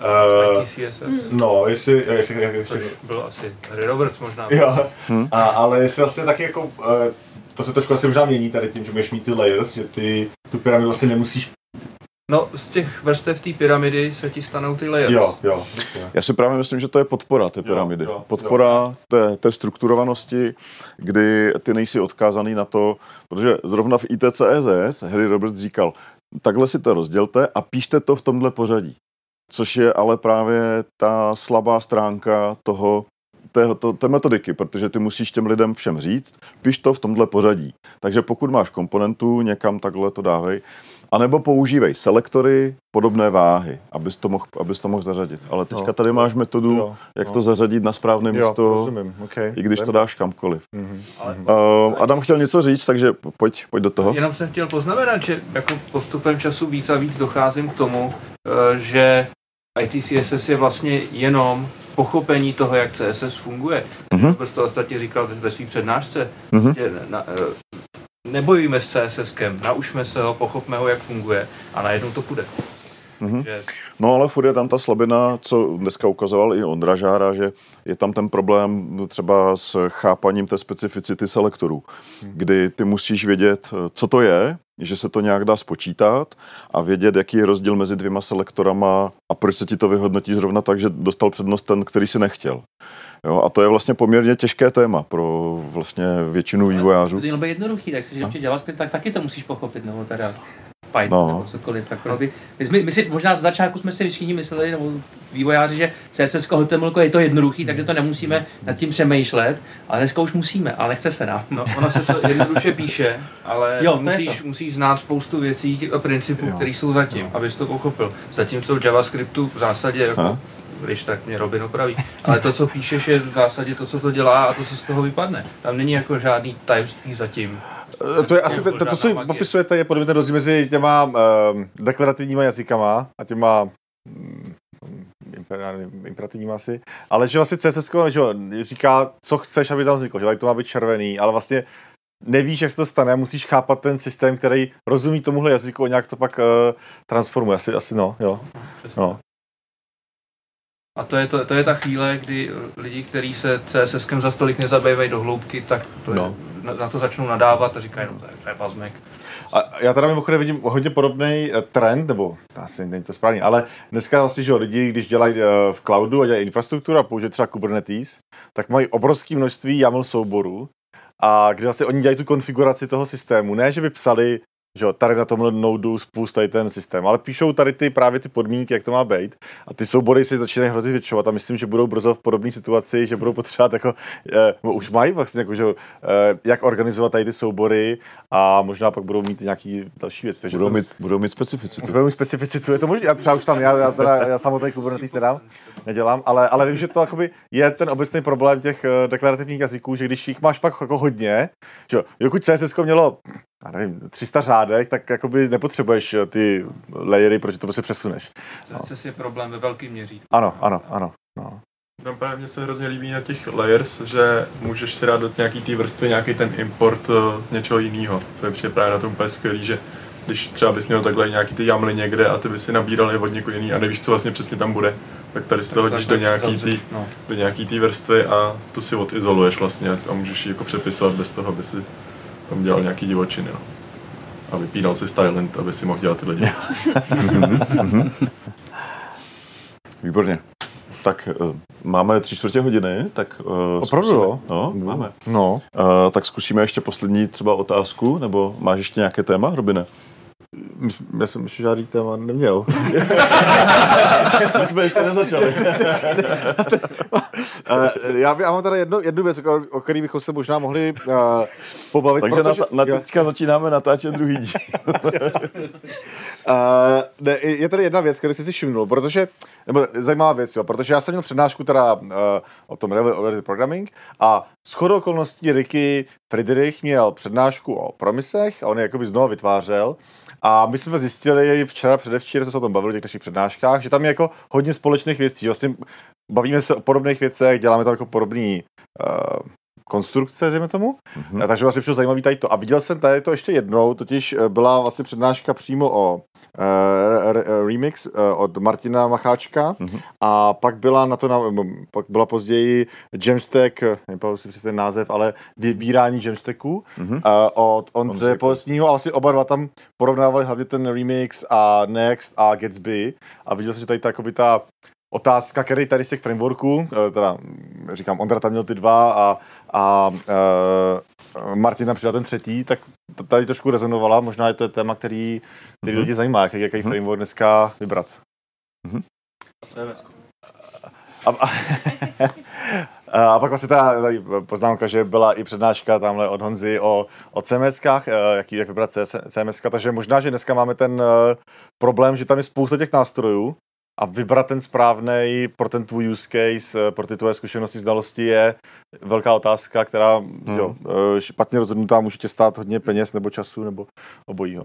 CSS. No, jestli... Což byl asi Harry Roberts možná. Jo, ale jestli vlastně taky jako... To se trošku asi možná mění tady tím, že budeš mít ty layers, že ty tu pyramidu vlastně nemusíš... No, z těch vrstev té pyramidy se ti stanou ty layers. Jo. Já si právě myslím, že to je podpora té pyramidy. Podpora té strukturovanosti, kdy ty nejsi odkázaný na to, protože zrovna v ITCSS Harry Roberts říkal, takhle si to rozdělte a píšte to v tomhle pořadí. Což je ale právě ta slabá stránka té metodiky, protože ty musíš těm lidem všem říct, piš to v tomhle pořadí. Takže pokud máš komponentu, někam takhle to dávej. A nebo používej selektory podobné váhy, abys to mohl zařadit. Ale teďka tady máš metodu, jak to zařadit na správné místo, i když to dáš kamkoliv. Adam chtěl něco říct, takže pojď do toho. Jenom jsem chtěl poznamenat, že jako postupem času víc a víc docházím k tomu, že ITCSS je vlastně jenom pochopení toho, jak CSS funguje. Prostě to ostatně říkal ve své přednášce. Nebojujme s CSSkem, naučme se ho, pochopme ho, jak funguje a najednou to půjde. Že... No ale furt je tam ta slabina, co dneska ukazoval i Ondra Žára, že je tam ten problém třeba s chápaním té specificity selektorů, kdy ty musíš vědět, co to je, že se to nějak dá spočítat a vědět, jaký je rozdíl mezi dvěma selektorama a proč se ti to vyhodnotí zrovna tak, že dostal přednost ten, který si nechtěl. Jo, a to je vlastně poměrně těžké téma pro vlastně většinu vývojářů. To je jednoduchý, tak když naučit JavaScript, tak taky to musíš pochopit, nebo teda. Python nebo cokoliv. Tak my si možná z začátku jsme si všichni mysleli, nebo vývojáři, že CSS HTML je to jednoduchý, takže to nemusíme nad tím přemýšlet, ale dneska už musíme, ale nechce se nám. No, ono se to jednoduše píše, ale musíš znát spoustu věcí a principů, které jsou zatím, abys to pochopil. Zatímco v JavaScriptu v zásadě, jako, když tak mě Robin opraví, ale to, co píšeš, je v zásadě to, co to dělá a to, co z toho vypadne. Tam není jako žádný tajemství zatím. To je asi to, co popisujete, je podobně ten rozdíl mezi těma deklarativníma jazykama a těma imperativníma asi, ale že vlastně CSS říká, co chceš, aby tam vzniklo, že tady to má být červený, ale vlastně nevíš, jak se to stane, musíš chápat ten systém, který rozumí tomuhle jazyku a nějak to pak transformuje. Asi jo. No. A to je ta chvíle, kdy lidi, kteří se CSSkem za stolik nezabývají do hloubky, tak na to začnou nadávat a říkají, no to je bazmek. A já teda mimochodem vidím hodně podobný trend, nebo asi není to správně, ale dneska vlastně, že lidi, když dělají v cloudu a dělají infrastrukturu a použijí třeba Kubernetes, tak mají obrovské množství YAML souborů a kde vlastně oni dělají tu konfiguraci toho systému. Ne, že by psali, že tady na tomhle nodu spust tady ten systém, ale píšou tady právě ty podmínky, jak to má být. A ty soubory se začínají hrozně zvětšovat a myslím, že budou brzo v podobné situaci, že budou potřebovat jako, už mají vlastně jako, že jak organizovat tady ty soubory a možná pak budou mít nějaký další věc. Budou mít specificitu. Budou mít specificitu, je to možné? Já třeba už tam, já samotný Kubernetes nedělám, ale vím, že to jakoby je ten obecný problém těch deklarativních jazyků, že když jich máš pak jako hodně, že pokud CSS mělo 300 řádek, tak jakoby nepotřebuješ ty layery, protože to prostě přesuneš. CSS je problém ve velkým měřítku. Ano. No. Tam právě mně se hrozně líbí na těch layers, že můžeš si dát do nějaký té vrstvy nějaký ten import něčeho jiného. To je přijde právě na tom úplně skvělý, že když třeba bys měl takhle nějaký ty jamly někde a ty by si nabíral je od někoho jiný a nevíš, co vlastně přesně tam bude, tak tady si to hodíš do nějaký té vrstvy a tu si odizoluješ vlastně a můžeš ji jako přepisovat bez toho, aby si tam dělal nějaký divočiny, no. A vypínal si Stylent, aby si mohl dělat tyhle divočiny. Výborně. Tak máme 3/4 hodiny, tak... Opravdu jo? No, máme. No. Tak zkusíme ještě poslední třeba otázku, nebo máš ještě nějaké téma, Robine? Já jsem ještě žádný téma neměl. My jsme ještě nezačali. Já mám tady jednu věc, o které bychom se možná mohli pobavit. Takže teďka začínáme natáčet druhý díl. Je tady jedna věc, kterou jsi si všimnul, nebo zajímavá věc, jo, protože já jsem měl přednášku teda o tom relative programming a shodou okolností Ricky Friedrich měl přednášku o promisech a on je jakoby znovu vytvářel. A my jsme zjistili včera, předevčírem, co se o tom bavili v těch našich přednáškách, že tam je jako hodně společných věcí, že vlastně bavíme se o podobných věcech, děláme tam jako podobný konstrukce, dejme tomu. Takže vlastně přišlo zajímavý tady to. A viděl jsem tady to ještě jednou, totiž byla vlastně přednáška přímo o remix od Martina Macháčka a pak byla pak byla později Jamstack, nepamatuji si přes ten název, ale vybírání Jamstacků od Ondřeje Polesního a vlastně oba dva tam porovnávali hlavně ten remix a Next a Gatsby a viděl jsem, že tady ta otázka, který tady z těch frameworků, teda říkám, Ondra tam měl ty dva a Martin tam přidal ten třetí, tak tady trošku rezonovala. Možná je to téma, který lidi zajímá, jaký framework dneska vybrat. A pak vlastně tady poznámka, že byla i přednáška tamhle od Honzy o CMSkách, jak vybrat CMSka, takže možná, že dneska máme ten problém, že tam je spousta těch nástrojů, a vybrat ten správnej pro ten tvůj use case, pro ty tvoje zkušenosti, znalosti je velká otázka, která špatně rozhodnutá může tě stát hodně peněz nebo času nebo obojího.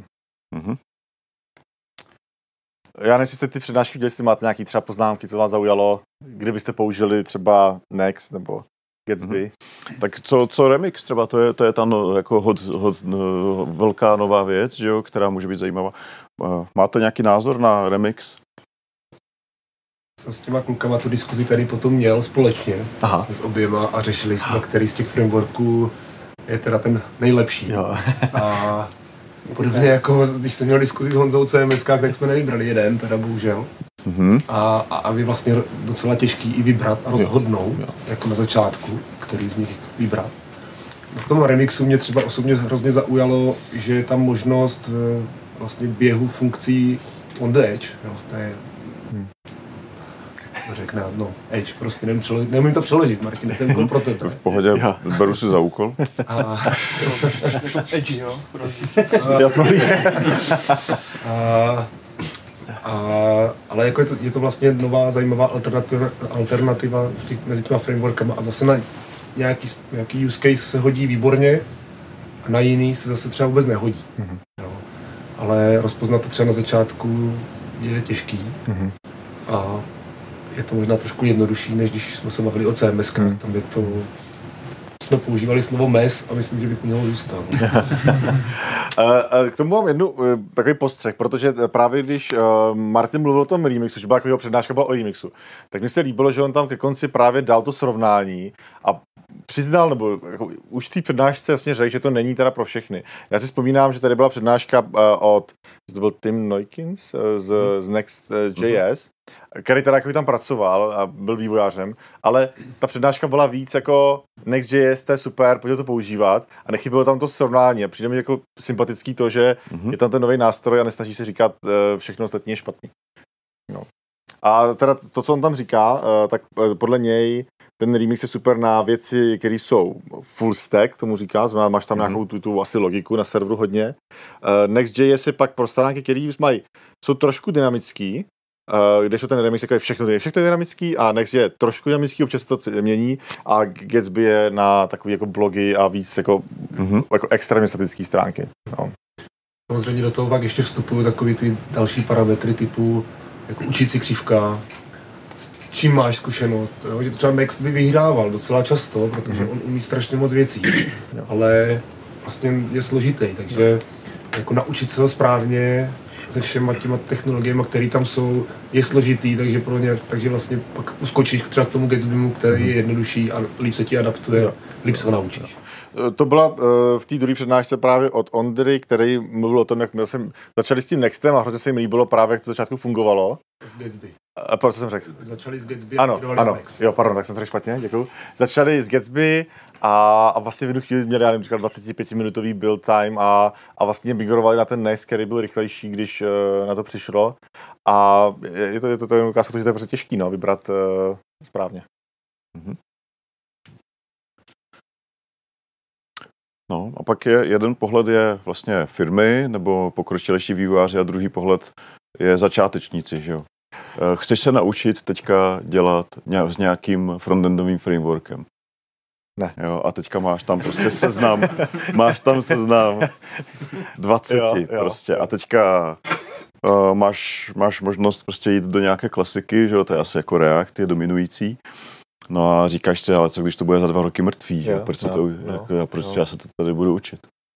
Já nevím, jestli ty přednášky viděli, jestli máte nějaký třeba poznámky, co vás zaujalo, kdybyste použili třeba Next nebo Gatsby. Tak co remix třeba, to je tam jako velká nová věc, že jo, která může být zajímavá. Máte nějaký názor na remix? Jsem s těma klukama tu diskuzi tady potom měl společně vlastně s oběma a řešili jsme, který z těch frameworků je teda ten nejlepší. Jo. A podobně jako když jsem měl diskuzi s Honzou CMSK, tak jsme nevybrali jeden, teda bohužel. A je vlastně docela těžký i vybrat a rozhodnout, jako na začátku, který z nich vybrat. V tom remixu mě třeba osobně hrozně zaujalo, že je tam možnost vlastně běhu funkcí on the edge, jo, to je co řekne, no, edge, prostě nemůžu to přeložit, Martin, ten úkol pro tebe. V pohodě, beru si za úkol. Edge, jo, ale jako je to vlastně nová zajímavá alternativa mezi těma frameworkama a zase na nějaký use case se hodí výborně a na jiný se zase třeba vůbec nehodí. Jo. Ale rozpoznat to třeba na začátku je těžký a je to možná trošku jednodušší, než když jsme se bavili o CMS, tam je to... Jsme používali slovo mes a myslím, že bych mělo zůstat. K tomu mám takový postřeh, protože právě když Martin mluvil o tom remixu, že byla jako jeho přednáška byla o remixu, tak mi se líbilo, že on tam ke konci právě dal to srovnání a přiznal, nebo jako, už v té přednášce jasně řekl, že to není teda pro všechny. Já si vzpomínám, že tady byla přednáška to byl Tim Neukins z Next.js, který teda jako tam pracoval a byl vývojářem, ale ta přednáška byla víc jako Next.js, to je super, pojďte to používat a nechybilo tam to srovnání a přijde mi jako sympatický to, že je tam ten nový nástroj a nesnaží se říkat všechno ostatní je špatný. No. A teda to, co on tam říká, tak podle něj ten remix je super na věci, které jsou full stack, tomu říká, máš tam nějakou tu asi logiku na serveru hodně. Next.js je pak pro stránky, které jsou trošku dynamický, kdežto ten remix jako je všechno dynamický a Next je trošku dynamický, občas to mění a Gatsby je na takový jako blogy a víc jako extrémně statické stránky. No. Samozřejmě do toho pak ještě vstupují takový ty další parametry typu jako učící křivka, s čím máš zkušenost, jo? Že třeba Next by vyhrával docela často, protože on umí strašně moc věcí, ale vlastně je složitý, takže jako naučit se ho správně se všema těma technologiemi, které tam jsou, je složitý, takže vlastně pak uskočíš třeba k tomu Gatsbymu, který je jednodušší a líp se ti adaptuje, líp se ho naučíš. To byla v té druhé přednášce právě od Ondry, který mluvil o tom, jak začali s tím Nextem a hrozně se jim líbilo právě, jak to začátku fungovalo. S Gatsby. A proto jsem řekl. Začali s Gatsby a ano. Next. Jo, pardon, tak jsem to řekl špatně, děkuju. Začali s Gatsby a vlastně v jednu chvíli měli, já nevím, říkal 25-minutový build time a vlastně migrovali na ten Next, který byl rychlejší, když na to přišlo. A je to jen ukázka, že to je prostě těžký, no, vybrat správně. No a pak jeden pohled je vlastně firmy nebo pokročilejší vývojáři a druhý pohled je začátečníci, že jo. Chceš se naučit teďka dělat s nějakým frontendovým frameworkem? Ne. Jo, a teďka máš tam prostě seznam, 20 prostě a teďka máš možnost prostě jít do nějaké klasiky, že jo, to je asi jako React, je dominující. No a říkáš si, ale co když to bude za 2 roky mrtvý, že? Proč já se to tady budu učit?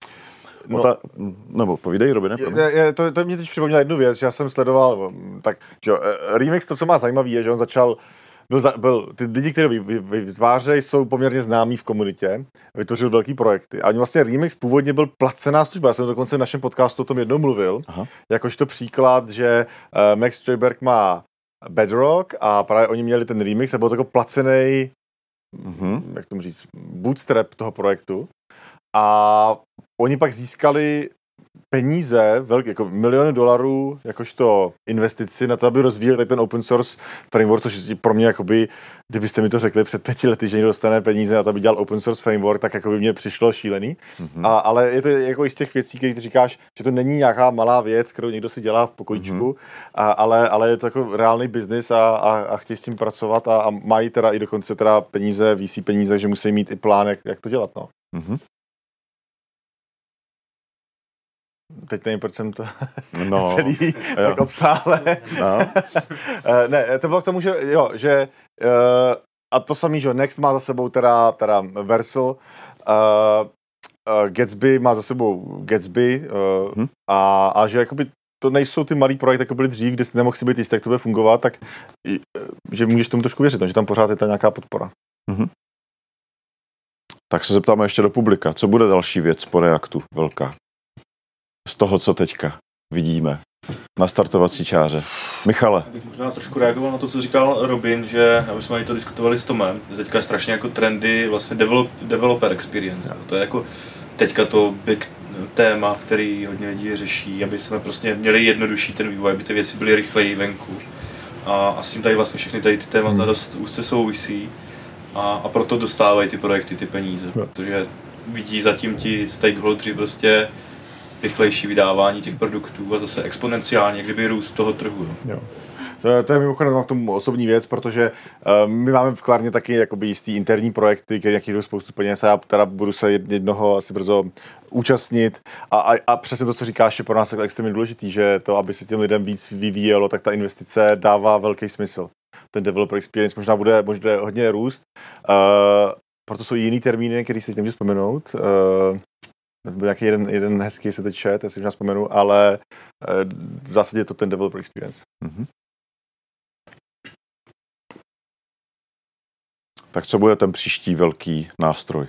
Nebo povídej, Robine. To mě teď připomněla jednu věc, že já jsem sledoval, tak, že Remix, to, co má zajímavý, je, že on začal, ty lidi, kteří vytvářejí, jsou poměrně známí v komunitě, vytvořil velký projekty. A vlastně Remix původně byl placená služba, já jsem dokonce v našem podcastu o tom jednou mluvil, jakožto příklad, že Max Stolberg má Bedrock a právě oni měli ten remix a byl to jako placený, jak tomu říct, bootstrap toho projektu a oni pak získali peníze, jako miliony dolarů, jakožto investici na to, aby rozvíjeli ten open source framework, což je pro mě jakoby, kdybyste mi to řekli před 5 lety, že někdo dostane peníze na to, aby dělal open source framework, tak jako by mě přišlo šílený. Ale je to jako i z těch věcí, které ty říkáš, že to není nějaká malá věc, kterou někdo si dělá v pokojíčku, ale je to jako reálný biznis a chtějí s tím pracovat a mají teda i dokonce teda peníze, VC peníze, že musí mít i plán, jak to dělat, no. Teď nevím, proč jsem to celý tak obsáhle. Ne, to bylo k tomu, že a to samý, že Next má za sebou teda Versal, Gatsby má za sebou Gatsby a že jakoby to nejsou ty malý projekty, jako byly dřív, kde si nemohl si být jistý, jak to bude fungovat, tak že můžeš tomu trošku věřit, že tam pořád je ta nějaká podpora. Tak se zeptáme ještě do publika, co bude další věc po Reactu velká? Z toho, co teďka vidíme na startovací čáře. Michale. Bych možná trošku reagoval na to, co říkal Robin, že my jsme to diskutovali s Tomem, že teďka je strašně jako trendy vlastně developer experience. To je jako teďka to téma, který hodně lidí řeší, aby jsme prostě měli jednodušší ten vývoj, aby ty věci byly rychleji venku. A s tím tady vlastně všechny tady ty témata dost úzce souvisí a proto dostávají ty projekty ty peníze, protože vidí zatím ti stakeholdři prostě rychlejší vydávání těch produktů a zase exponenciálně, kdyby růst toho trhu. Jo. To je mimochodem k tomu osobní věc, protože my máme v Klarně taky jakoby jistý interní projekty, které jdou spoustu peněz a já teda budu se jednoho asi brzo účastnit a přesně to, co říkáš, je pro nás extrémně důležitý, že to, aby se těm lidem víc vyvíjelo, tak ta investice dává velký smysl. Ten developer experience možná bude hodně růst, proto jsou jiný termíny, který si nemůžu vzpomenout. Byl nějaký jeden hezký se teď čet, já si možná vzpomenu, ale v zásadě je to ten developer experience. Mm-hmm. Tak co bude ten příští velký nástroj?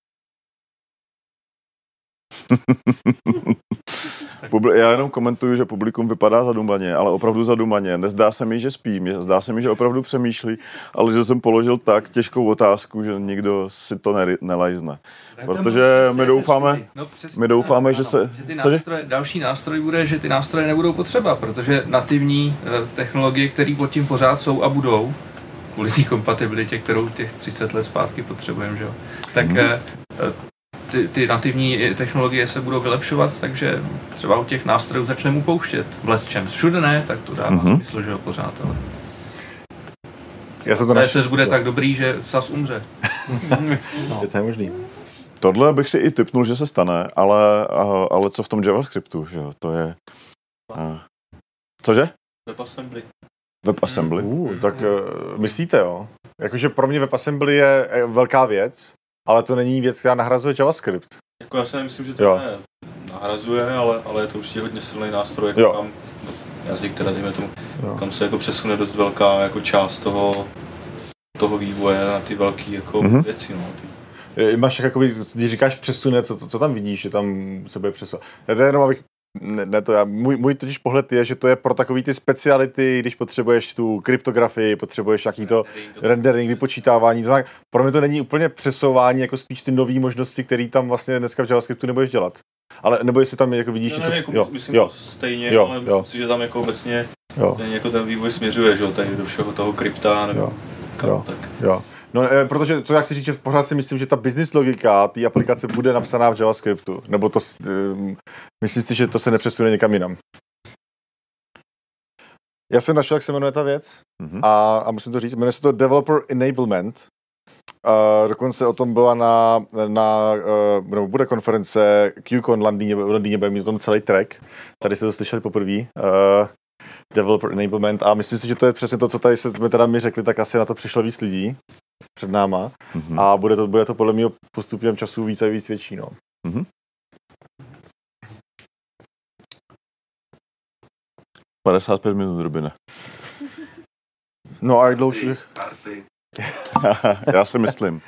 Já jenom komentuju, že publikum vypadá zadumaně, ale opravdu zadumaně. Nezdá se mi, že spím, zdá se mi, že opravdu přemýšlí, ale že jsem položil tak těžkou otázku, že nikdo si to nelajzne. Protože my doufáme, že se... Další nástroj bude, že ty nástroje nebudou potřeba, protože nativní technologie, které pod tím pořád jsou a budou, kvůli té kompatibilitě, kterou těch 30 let zpátky potřebujeme, že jo? Tak ty nativní technologie se budou vylepšovat, takže třeba u těch nástrojů začneme upouštět. V lecčems všude ne, tak to dává smysl, že jo, pořád, ale... CSS bude tak dobrý, že SAS umře. Je to možný. Tohle bych si i tipnul, že se stane, ale co v tom JavaScriptu, že jo, to je... Cože? WebAssembly. WebAssembly? Tak myslíte, jo? Jakože pro mě WebAssembly je velká věc, ale to není věc, která nahrazuje JavaScript. Jako já si nemyslím, že to nahrazuje, ale je to určitě hodně silný nástroj, jako kam jazyk, teda dejme tomu, kam se jako přesune dost velká jako část toho vývoje na ty velké jako věci. No. Máš jakoby, když říkáš přesune, co tam vidíš, že tam se bude přesunout? Já to jenom abych můj totiž pohled je, že to je pro takový ty speciality, když potřebuješ tu kryptografii, potřebuješ nějaký to rendering, vypočítávání. To znamená, pro mě to není úplně přesouvání, jako spíš ty nové možnosti, které tam vlastně dneska v JavaScriptu nebudeš dělat. Ale nebo jestli tam jako vidíš, myslím to stejně, ale myslím si, že tam jako obecně jako ten vývoj směřuje, že jo, tady do všeho toho krypta nebo tak. No, protože to já chci říct, že pořád si myslím, že ta business logika té aplikace bude napsaná v JavaScriptu, nebo to, myslím si, že to se nepřesune někam jinam. Já jsem našel, jak se jmenuje ta věc a musím to říct, jmenuje se to Developer Enablement. Dokonce o tom byla bude konference QCon v Londýně, bude mít o tom celý track. Tady jste to slyšeli poprvé. Developer Enablement a myslím si, že to je přesně to, co tady jsme teda mi řekli, tak asi na to přišlo víc lidí před náma a bude to podle mě postupem času víc a víc větší, no. 55 minut, Robine. No a jak dlouho? Já si myslím.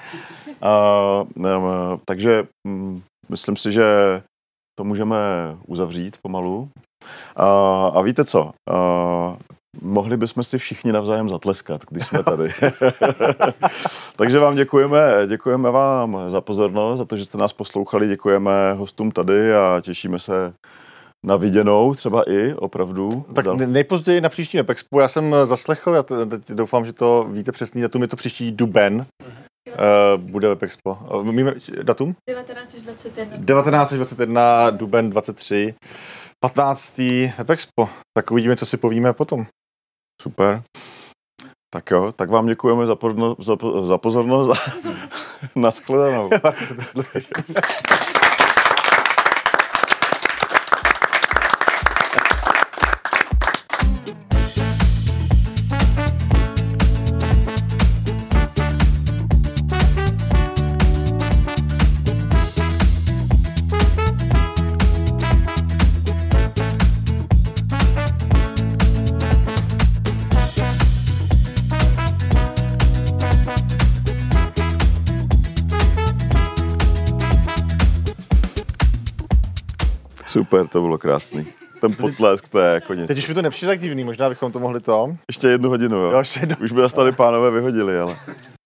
Takže myslím si, že to můžeme uzavřít pomalu. A víte co? Mohli bychom si všichni navzájem zatleskat, když jsme tady. Takže vám děkujeme vám za pozornost, za to, že jste nás poslouchali, děkujeme hostům tady a těšíme se na viděnou, třeba i opravdu. Tak nejpozději na příští WebExpo, já jsem zaslechl, já doufám, že to víte přesný datum, je to příští duben. Bude WebExpo. Míme datum? 19 až 21. 19 až 21, duben 23, 15. WebExpo. Tak uvidíme, co si povíme potom. Super. Tak jo, tak vám děkujeme za pozornost a nashledanou. Super, to bylo krásný. Ten potlesk, to je jako něco. Teď už mi to nepřijde tak divný, možná bychom to mohli to. Ještě 1 hodinu, jo? Ještě jednu. Už by nás tady pánové vyhodili, ale...